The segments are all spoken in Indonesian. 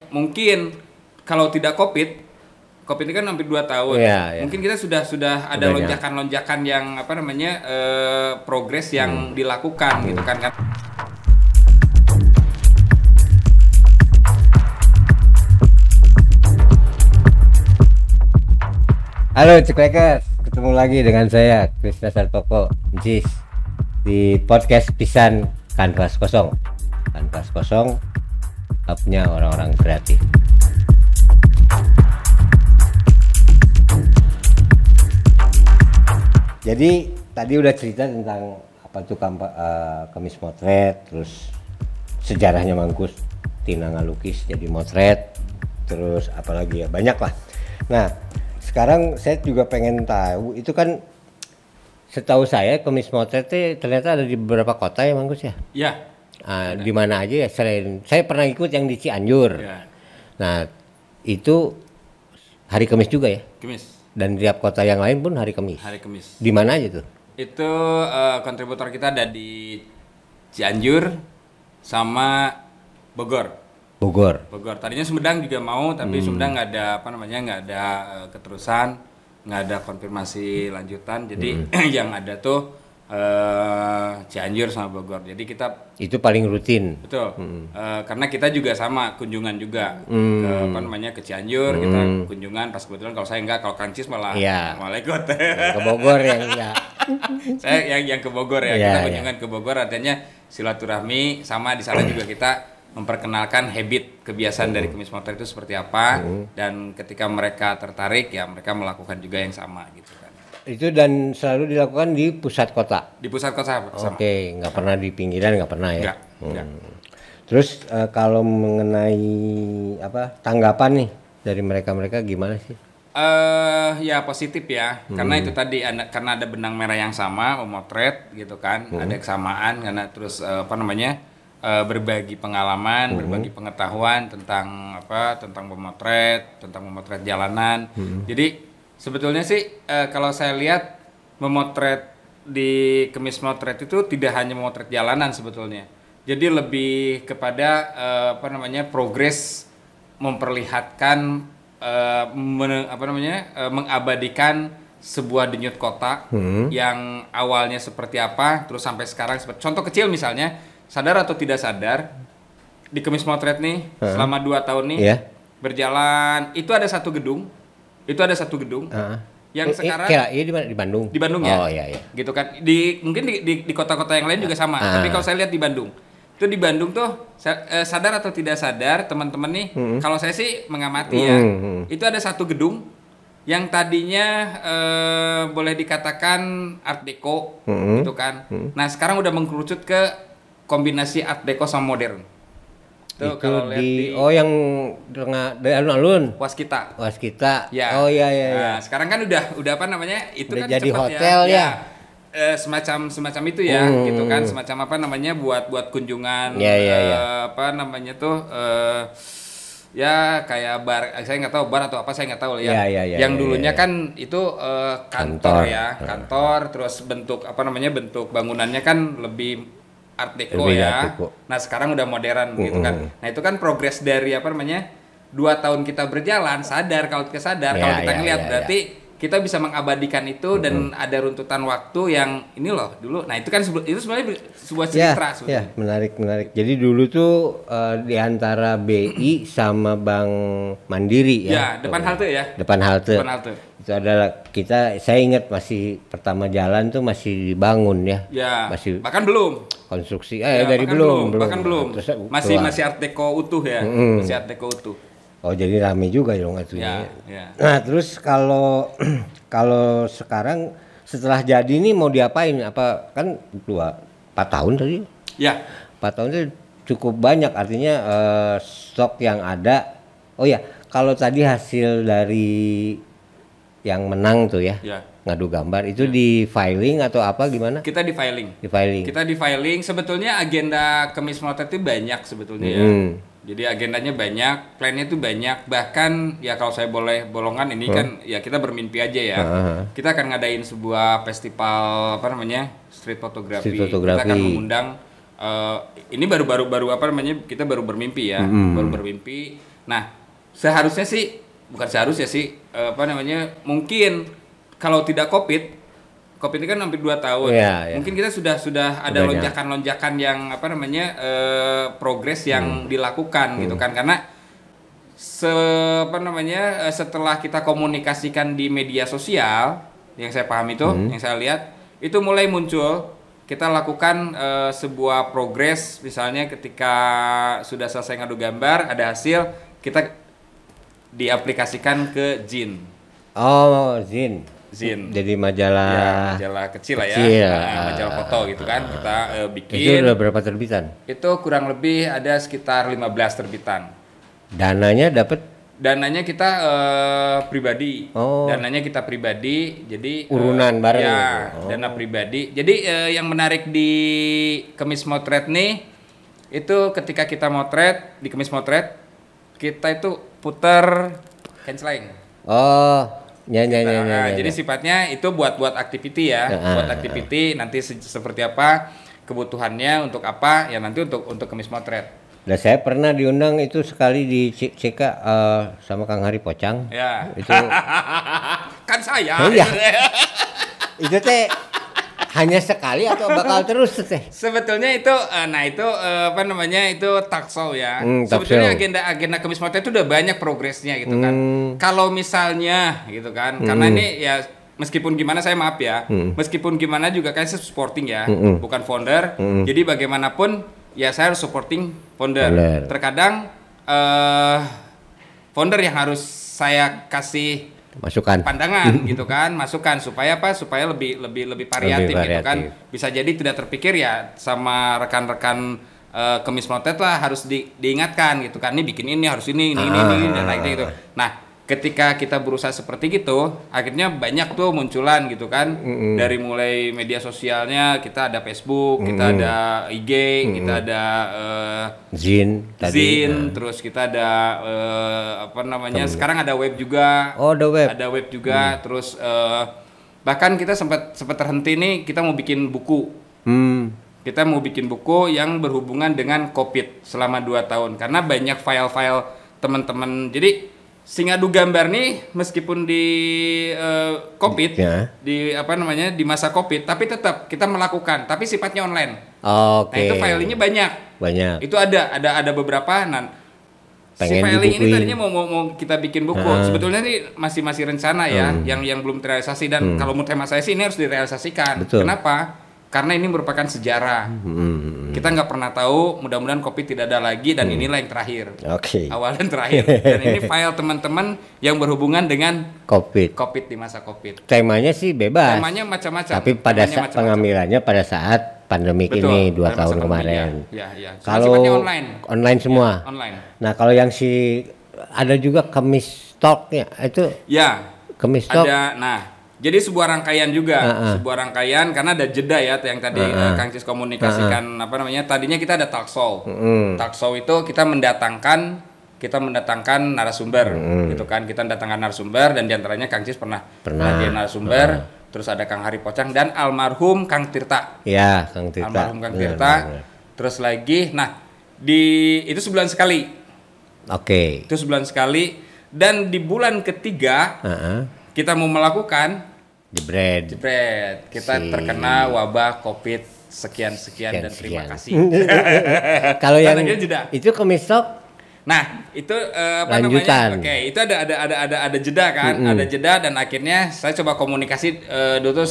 mungkin kalau tidak COVID ini kan hampir 2 tahun. Mungkin kita sudah ada lonjakan-lonjakan yang progres yang dilakukan gitu kan. Halo Ceklekers, ketemu lagi dengan saya Krisna Sartoko Jis di podcast Pisan Kanvas Kosong. Kanvas Kosong, hubnya orang-orang kreatif. Jadi tadi udah cerita tentang apa tuh kemis motret, terus sejarahnya Mangkus Tina ngalukis jadi motret, terus apalagi ya banyak lah. Nah sekarang saya juga pengen tahu, itu kan setahu saya kemis motret ternyata ada di beberapa kota ya Mangkus ya? Iya. Di mana aja ya, selain saya pernah ikut yang di Cianjur. Ya. Nah itu hari Kamis juga ya? Kamis. Dan tiap kota yang lain pun hari Kamis. Hari Kamis. Di mana aja tuh? Itu kontributor kita ada di Cianjur sama Bogor. Tadinya Sumedang juga mau, tapi Sumedang nggak ada keterusan, nggak ada konfirmasi lanjutan. Jadi yang ada tuh Cianjur sama Bogor. Jadi kita itu paling rutin. Betul. Karena kita juga sama kunjungan juga ke Cianjur, kita kunjungan pas kebetulan kalau saya enggak, kalau Kancis malah ikut. Ke Bogor ya enggak. Saya yang ke Bogor ya. Kita kunjungan ke Bogor, artinya silaturahmi, sama di sana juga kita memperkenalkan habit kebiasaan dari kemis motret itu seperti apa, dan ketika mereka tertarik ya mereka melakukan juga yang sama gitu kan. Itu dan selalu dilakukan di pusat kota. Di pusat kota sama. Oke, nggak pernah di pinggiran, nggak pernah ya. Enggak. Terus kalau mengenai tanggapan nih dari mereka gimana sih? Ya positif ya, karena itu tadi karena ada benang merah yang sama memotret gitu kan, ada kesamaan karena terus berbagi pengalaman, berbagi pengetahuan tentang memotret jalanan. Jadi sebetulnya sih kalau saya lihat memotret di kemis motret itu tidak hanya memotret jalanan sebetulnya. Jadi lebih kepada progres memperlihatkan mengabadikan sebuah denyut kota yang awalnya seperti apa terus sampai sekarang. Contoh kecil misalnya, sadar atau tidak sadar di kemis motret nih selama 2 tahun nih berjalan, itu ada satu gedung yang sekarang di mana? Di Bandung. Di Bandung ya. Oh iya. Gitu kan. Mungkin di kota-kota yang lain juga sama. Tapi kalau saya lihat di Bandung. Itu di Bandung tuh sadar atau tidak sadar teman-teman nih, kalau saya sih mengamati ya. Itu ada satu gedung yang tadinya boleh dikatakan art deco gitu kan. Nah, sekarang udah mengkerucut ke kombinasi art deco sama modern. Tuh, itu kalau lihat yang dari alun-alun Waskita. Ya. Oh iya. Nah, sekarang kan udah itu udah kan jadi hotel ya. Semacam itu ya, gitu kan, semacam buat kunjungan ya kayak bar, saya nggak tahu bar atau apa, saya nggak tahu ya. Yang dulunya kan itu kantor, terus bentuk bangunannya kan lebih art deco ya. Nah sekarang udah modern gitu kan. Nah itu kan progres dari 2 tahun kita berjalan, kalau kita ngelihat berarti kita bisa mengabadikan itu dan ada runtutan waktu yang ini loh dulu. Nah itu kan itu sebenarnya sebuah cerita. Ya, menarik. Jadi dulu tuh di antara BI sama Bank Mandiri ya. Depan halte. Itu adalah saya ingat masih pertama jalan tuh masih dibangun ya. Masih bahkan belum konstruksi dari belum. Terus masih art deco utuh ya. Masih art deco utuh. Oh jadi rame juga dong itunya. Nah terus kalau sekarang setelah jadi ini mau diapain? Apa kan 4 tahun tadi? Ya. 4 tahun itu cukup banyak, artinya stok yang ada. Oh ya, kalau tadi hasil dari yang menang tuh ya. Ngadu gambar itu di filing atau apa gimana? Kita di filing. Sebetulnya agenda kemis motret itu banyak sebetulnya ya. Jadi agendanya banyak, plannya itu banyak. Bahkan ya kalau saya boleh bolongan ini kan ya kita bermimpi aja ya. Kita akan ngadain sebuah festival street photography. Kita akan mengundang ini baru kita baru bermimpi ya. Baru bermimpi Nah, seharusnya sih, bukan seharusnya sih, mungkin kalau tidak COVID ini kan hampir 2 tahun. Mungkin kita sudah ada lonjakan-lonjakan yang progres yang dilakukan gitu kan, karena setelah kita komunikasikan di media sosial, yang saya paham itu, yang saya lihat itu mulai muncul, kita lakukan sebuah progres, misalnya ketika sudah selesai ngadu gambar, ada hasil, kita diaplikasikan ke Zin. Oh, Zin. Jadi majalah. Ya, majalah kecil lah ya. Majalah foto gitu kan, kita bikin. Itu udah berapa terbitan? Itu kurang lebih ada sekitar 15 terbitan. Dananya dapat? Dananya kita pribadi. Dananya kita pribadi, jadi urunan bareng. Ya, dana pribadi. Jadi yang menarik di Kemis Motret nih, itu ketika kita motret di Kemis Motret, kita itu putar canceling. Jadi sifatnya itu buat activity ya, buat activity, nanti seperti apa kebutuhannya, untuk apa ya, nanti untuk Kemis Motret. Nah, saya pernah diundang itu sekali di CK sama Kang Hari Pocang. Ya. Itu kan saya. Iya. Itu teh hanya sekali atau bakal terus teh? Sebetulnya itu itu talk show ya. Sebetulnya agenda Kemis Motret itu udah banyak progresnya gitu kan. Kalau misalnya gitu kan, karena ini ya meskipun gimana, saya maaf ya, meskipun gimana juga kan saya supporting ya, bukan founder. Jadi bagaimanapun ya saya harus supporting founder. Terkadang founder yang harus saya kasih masukan pandangan gitu kan, masukan supaya apa, supaya lebih variatif gitu kan. Bisa jadi tidak terpikir ya sama rekan-rekan Kemis Motret lah, harus diingatkan gitu kan, ini bikin ini harus ini dan lain-lain gitu. Nah, ketika kita berusaha seperti gitu, akhirnya banyak tuh munculan gitu kan. Dari mulai media sosialnya, kita ada Facebook, kita ada IG, kita ada Zin, terus kita ada sekarang ada web juga. Ada web juga. Terus bahkan kita sempat terhenti nih, kita mau bikin buku. Kita mau bikin buku yang berhubungan dengan COVID selama 2 tahun, karena banyak file-file teman-teman. Jadi Singadu Gambar nih, meskipun di COVID, di masa COVID, tapi tetap kita melakukan, tapi sifatnya online. Nah, itu filingnya banyak. Itu ada beberapa. Si filing ini tadinya mau kita bikin buku. Sebetulnya ini masih rencana ya, yang belum terrealisasi, dan kalau menurut hemat saya sih ini harus direalisasikan. Betul. Kenapa? Karena ini merupakan sejarah. Kita nggak pernah tahu, mudah-mudahan COVID tidak ada lagi, dan inilah yang terakhir. Awal dan terakhir. Dan ini file teman-teman yang berhubungan dengan COVID di masa COVID. Temanya sih bebas. Temanya macam-macam. Tapi pada saat pengambilannya pada saat pandemik ini 2 tahun kemarin. Ya. Kalau online semua. Ya, online. Nah, kalau yang ada juga Kemis Talk ya, itu. Ya. Kemis Talk. Ada. Jadi sebuah rangkaian juga, sebuah rangkaian, karena ada jeda ya, yang tadi Kang Cis komunikasikan tadinya kita ada talk show. Talk show itu kita mendatangkan narasumber, gitu kan. Kita mendatangkan narasumber, dan diantaranya Kang Cis pernah jadi narasumber. Terus ada Kang Hari Pocang dan almarhum Kang Tirta. Ya, Kang Tirta. Almarhum Kang Tirta. Terus lagi, itu sebulan sekali. Itu sebulan sekali, dan di bulan ketiga kita mau melakukan jebret. Kita terkena wabah COVID sekian dan terima kasih. Kalau yang itu Kemis Talk. Nah, itu lanjutan. Itu ada jeda kan, ada jeda, dan akhirnya saya coba komunikasi dulu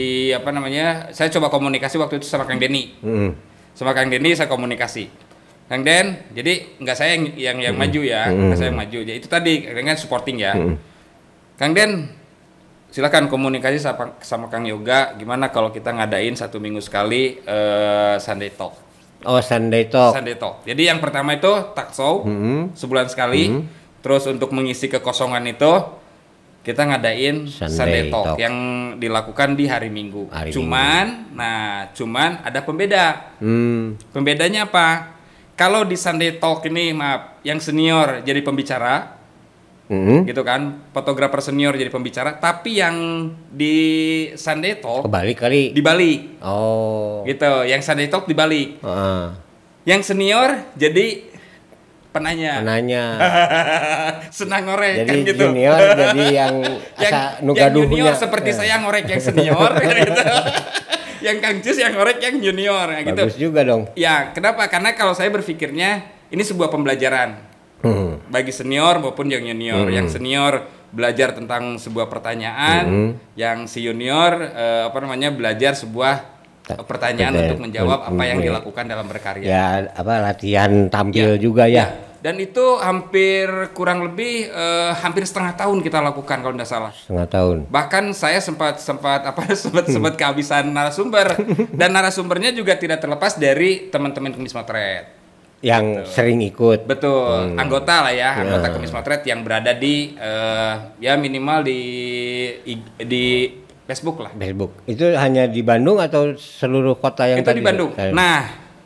saya coba komunikasi waktu itu sama Kang Denny. Sama Kang Denny saya komunikasi. Kang Den, jadi nggak saya yang maju ya, nggak saya yang maju. Jadi itu tadi kan supporting ya. Kang Den, silakan komunikasi sama Kang Yoga, gimana kalau kita ngadain 1 minggu sekali Sunday Talk. Sunday Talk. Jadi yang pertama itu talk show sebulan sekali. Terus untuk mengisi kekosongan itu kita ngadain Sunday Talk yang dilakukan di hari Minggu. Cuman ada pembeda. Pembedanya apa? Kalau di Sunday Talk ini, yang senior jadi pembicara. Gitu kan, fotografer senior jadi pembicara, tapi yang di Sunday Talk dibalik. Oh. Gitu, yang Sunday Talk dibalik. Yang senior jadi penanya. Senang ngorek jadi kan gitu. Junior jadi yang junior seperti saya ngorek yang senior kan gitu. Yang Kang Cus yang ngorek yang junior gitu. Bagus juga dong. Ya, kenapa? Karena kalau saya berpikirnya ini sebuah pembelajaran. Bagi senior maupun yang junior. Yang senior belajar tentang sebuah pertanyaan, yang si junior belajar sebuah pertanyaan untuk menjawab apa yang dilakukan dalam berkarya. Ya, latihan tampil juga ya. Dan itu hampir kurang lebih hampir setengah tahun kita lakukan kalau tidak salah. Setengah tahun. Bahkan saya sempat kehabisan narasumber dan narasumbernya juga tidak terlepas dari teman-teman Kemis Motret. Yang sering ikut. Betul, anggota lah ya, anggota Kemis Motret yang berada di minimal di Facebook lah. Facebook. Itu hanya di Bandung atau seluruh kota yang itu di Bandung. Nah,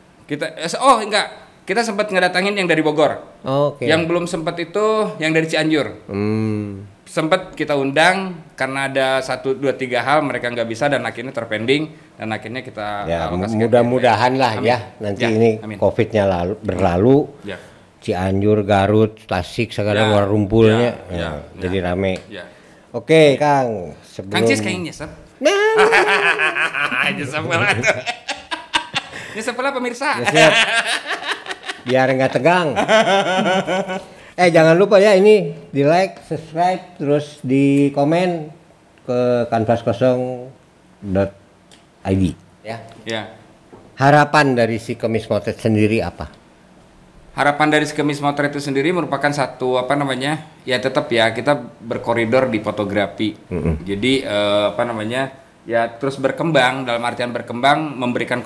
kita sempat ngedatangin yang dari Bogor. Oke. Yang belum sempat itu yang dari Cianjur. Sempat kita undang karena ada 1, 2, 3 hal mereka nggak bisa dan akhirnya terpending dan akhirnya kita mudah-mudahan lah ya nanti ini COVID-nya berlalu. Ya. Cianjur, Garut, Tasik sekarang luar rumpulnya jadi rame. Ya. Oke, Kang. Kang Cis kayaknya nyesep. Nyesep banget. Nyesep lah pemirsa. Biar nggak tegang. Jangan lupa ya ini di like, subscribe, terus di komen ke kanvaskosong.id ya. Ya. Harapan dari si Kemis Motret sendiri apa? Harapan dari si Kemis Motret itu sendiri merupakan satu ya tetap ya kita berkoridor di fotografi. Jadi terus berkembang, dalam artian berkembang memberikan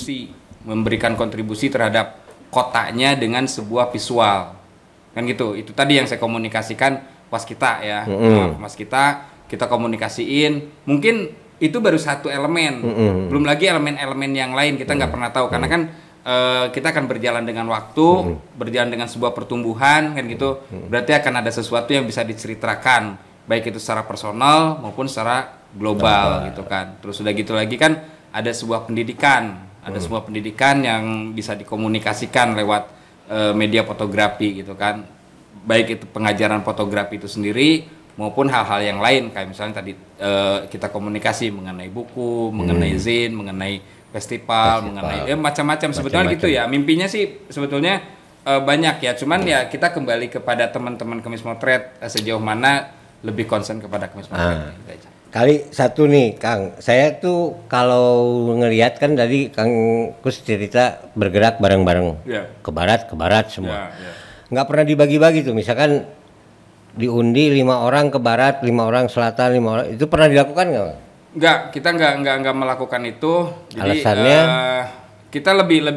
kontribusi terhadap kotanya dengan sebuah visual kan gitu. Itu tadi yang saya komunikasikan pas kita ya. Mas kita komunikasiin mungkin itu baru satu elemen, belum lagi elemen-elemen yang lain kita nggak pernah tahu karena kan kita akan berjalan dengan waktu, berjalan dengan sebuah pertumbuhan kan gitu. Berarti akan ada sesuatu yang bisa diceritakan baik itu secara personal maupun secara global gitu kan. Terus udah gitu lagi kan ada sebuah pendidikan. Ada sebuah pendidikan yang bisa dikomunikasikan lewat media fotografi gitu kan. Baik itu pengajaran fotografi itu sendiri maupun hal-hal yang lain kayak misalnya tadi kita komunikasi mengenai buku, mengenai zine, mengenai festival. Mengenai macam-macam sebetulnya gitu ya. Mimpinya sih sebetulnya banyak ya. Cuman ya kita kembali kepada teman-teman Kemis Motret sejauh mana lebih concern kepada Kemis Motret. Kali satu nih Kang, saya tuh kalau ngelihat kan tadi Kang Kus cerita bergerak bareng-bareng ke barat semua. Nggak pernah dibagi-bagi tuh, misalkan diundi 5 orang ke barat, 5 orang selatan, 5 orang itu pernah dilakukan nggak? Nggak, kita nggak melakukan itu. Jadi, alasannya kita lebih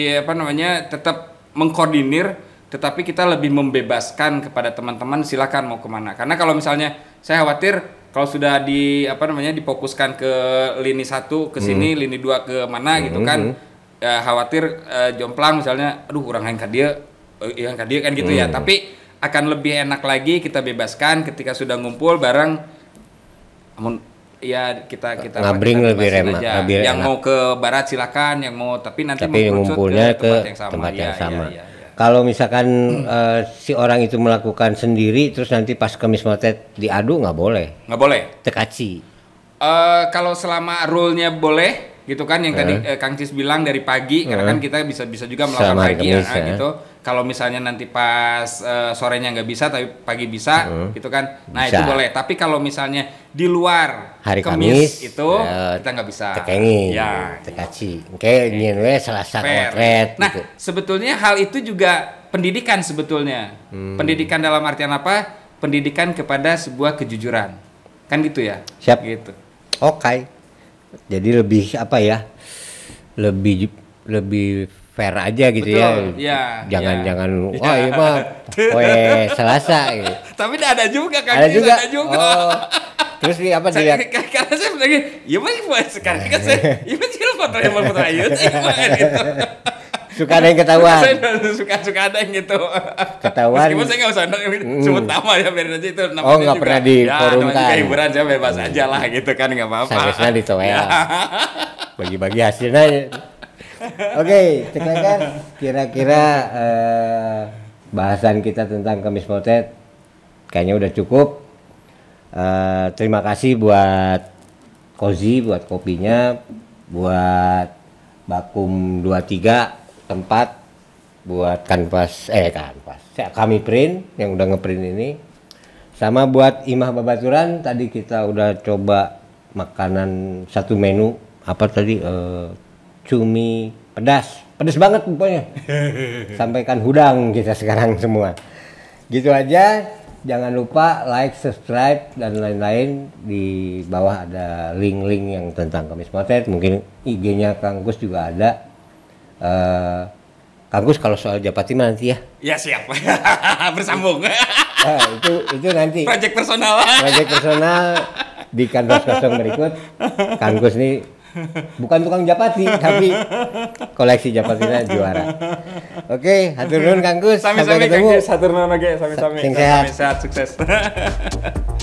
tetap mengkoordinir, tetapi kita lebih membebaskan kepada teman-teman silakan mau kemana. Karena kalau misalnya saya khawatir kalau sudah difokuskan ke lini 1 ke sini, lini 2 ke mana gitu kan, khawatir jomplang misalnya, aduh kurang yang dia kan gitu ya. Tapi akan lebih enak lagi kita bebaskan ketika sudah ngumpul bareng. Ya kita ngabring lebih remah. Yang mau ke barat silakan, yang mau tapi nanti ngumpulnya ke tempat yang sama. Kalau misalkan si orang itu melakukan sendiri, terus nanti pas Kemis Motret diadu nggak boleh? Nggak boleh. Tekaci. Kalau selama rule-nya boleh, gitu kan? Yang tadi Kang Cis bilang dari pagi, karena kan kita bisa juga melakukan pagi gitu. Kalau misalnya nanti pas sorenya nggak bisa, tapi pagi bisa, gitu kan? Nah bisa. Itu boleh. Tapi kalau misalnya di luar hari Kamis itu kita nggak bisa. Tekengi, tekaci. Kayak nyenwe Selasa Motret. Nah, gitu. Sebetulnya hal itu juga pendidikan sebetulnya. Pendidikan dalam artian apa? Pendidikan kepada sebuah kejujuran. Kan gitu ya? Siap. Gitu. Oke. Jadi lebih lebih fair aja gitu. Betul, ya. Jangan wah iya mah Selasa gitu. Tapi ada juga kan. Ada juga. Oh. Terus apa dia? Karena saya lagi, ya mah sekarang kan saya, ya mah foto yang foto ayu gitu. Suka ada yang ketahuan. Saya suka ada yang gitu. Ketahuan. Meskipun saya nggak usah sebut nama ya, biarin aja itu namanya. Oh nggak pernah diforumkan. Ya namanya hiburan, saya bebas aja lah gitu kan, nggak apa-apa. Sampai ditoel. Bagi-bagi hasilnya. Oke, Cek Leker, kira-kira bahasan kita tentang Kemis Motret kayaknya udah cukup. Terima kasih buat Kozi, buat kopinya, buat Bakum 23 tempat, buat kanvas kami print yang udah ngeprint ini, sama buat Imah Babaturan. Tadi kita udah coba makanan satu menu apa tadi, cumi pedas banget pokoknya. Sampaikan hudang kita sekarang semua. Gitu aja. Jangan lupa like, subscribe dan lain-lain. Di bawah ada link-link yang tentang Kemis Motret. Mungkin IG-nya Kang Gus juga ada. Kang Gus kalau soal Japati nanti ya. Ya siap. Bersambung. Itu nanti. Project personal di kanvas kosong berikut. Kang Gus nih bukan tukang Japati, tapi koleksi Japatinya juara. Oke, hatur nuhun Kang Gus. Sampai ketemu. Hatur nuhun oge, sami-sami. Sing sehat. Sehat, sukses.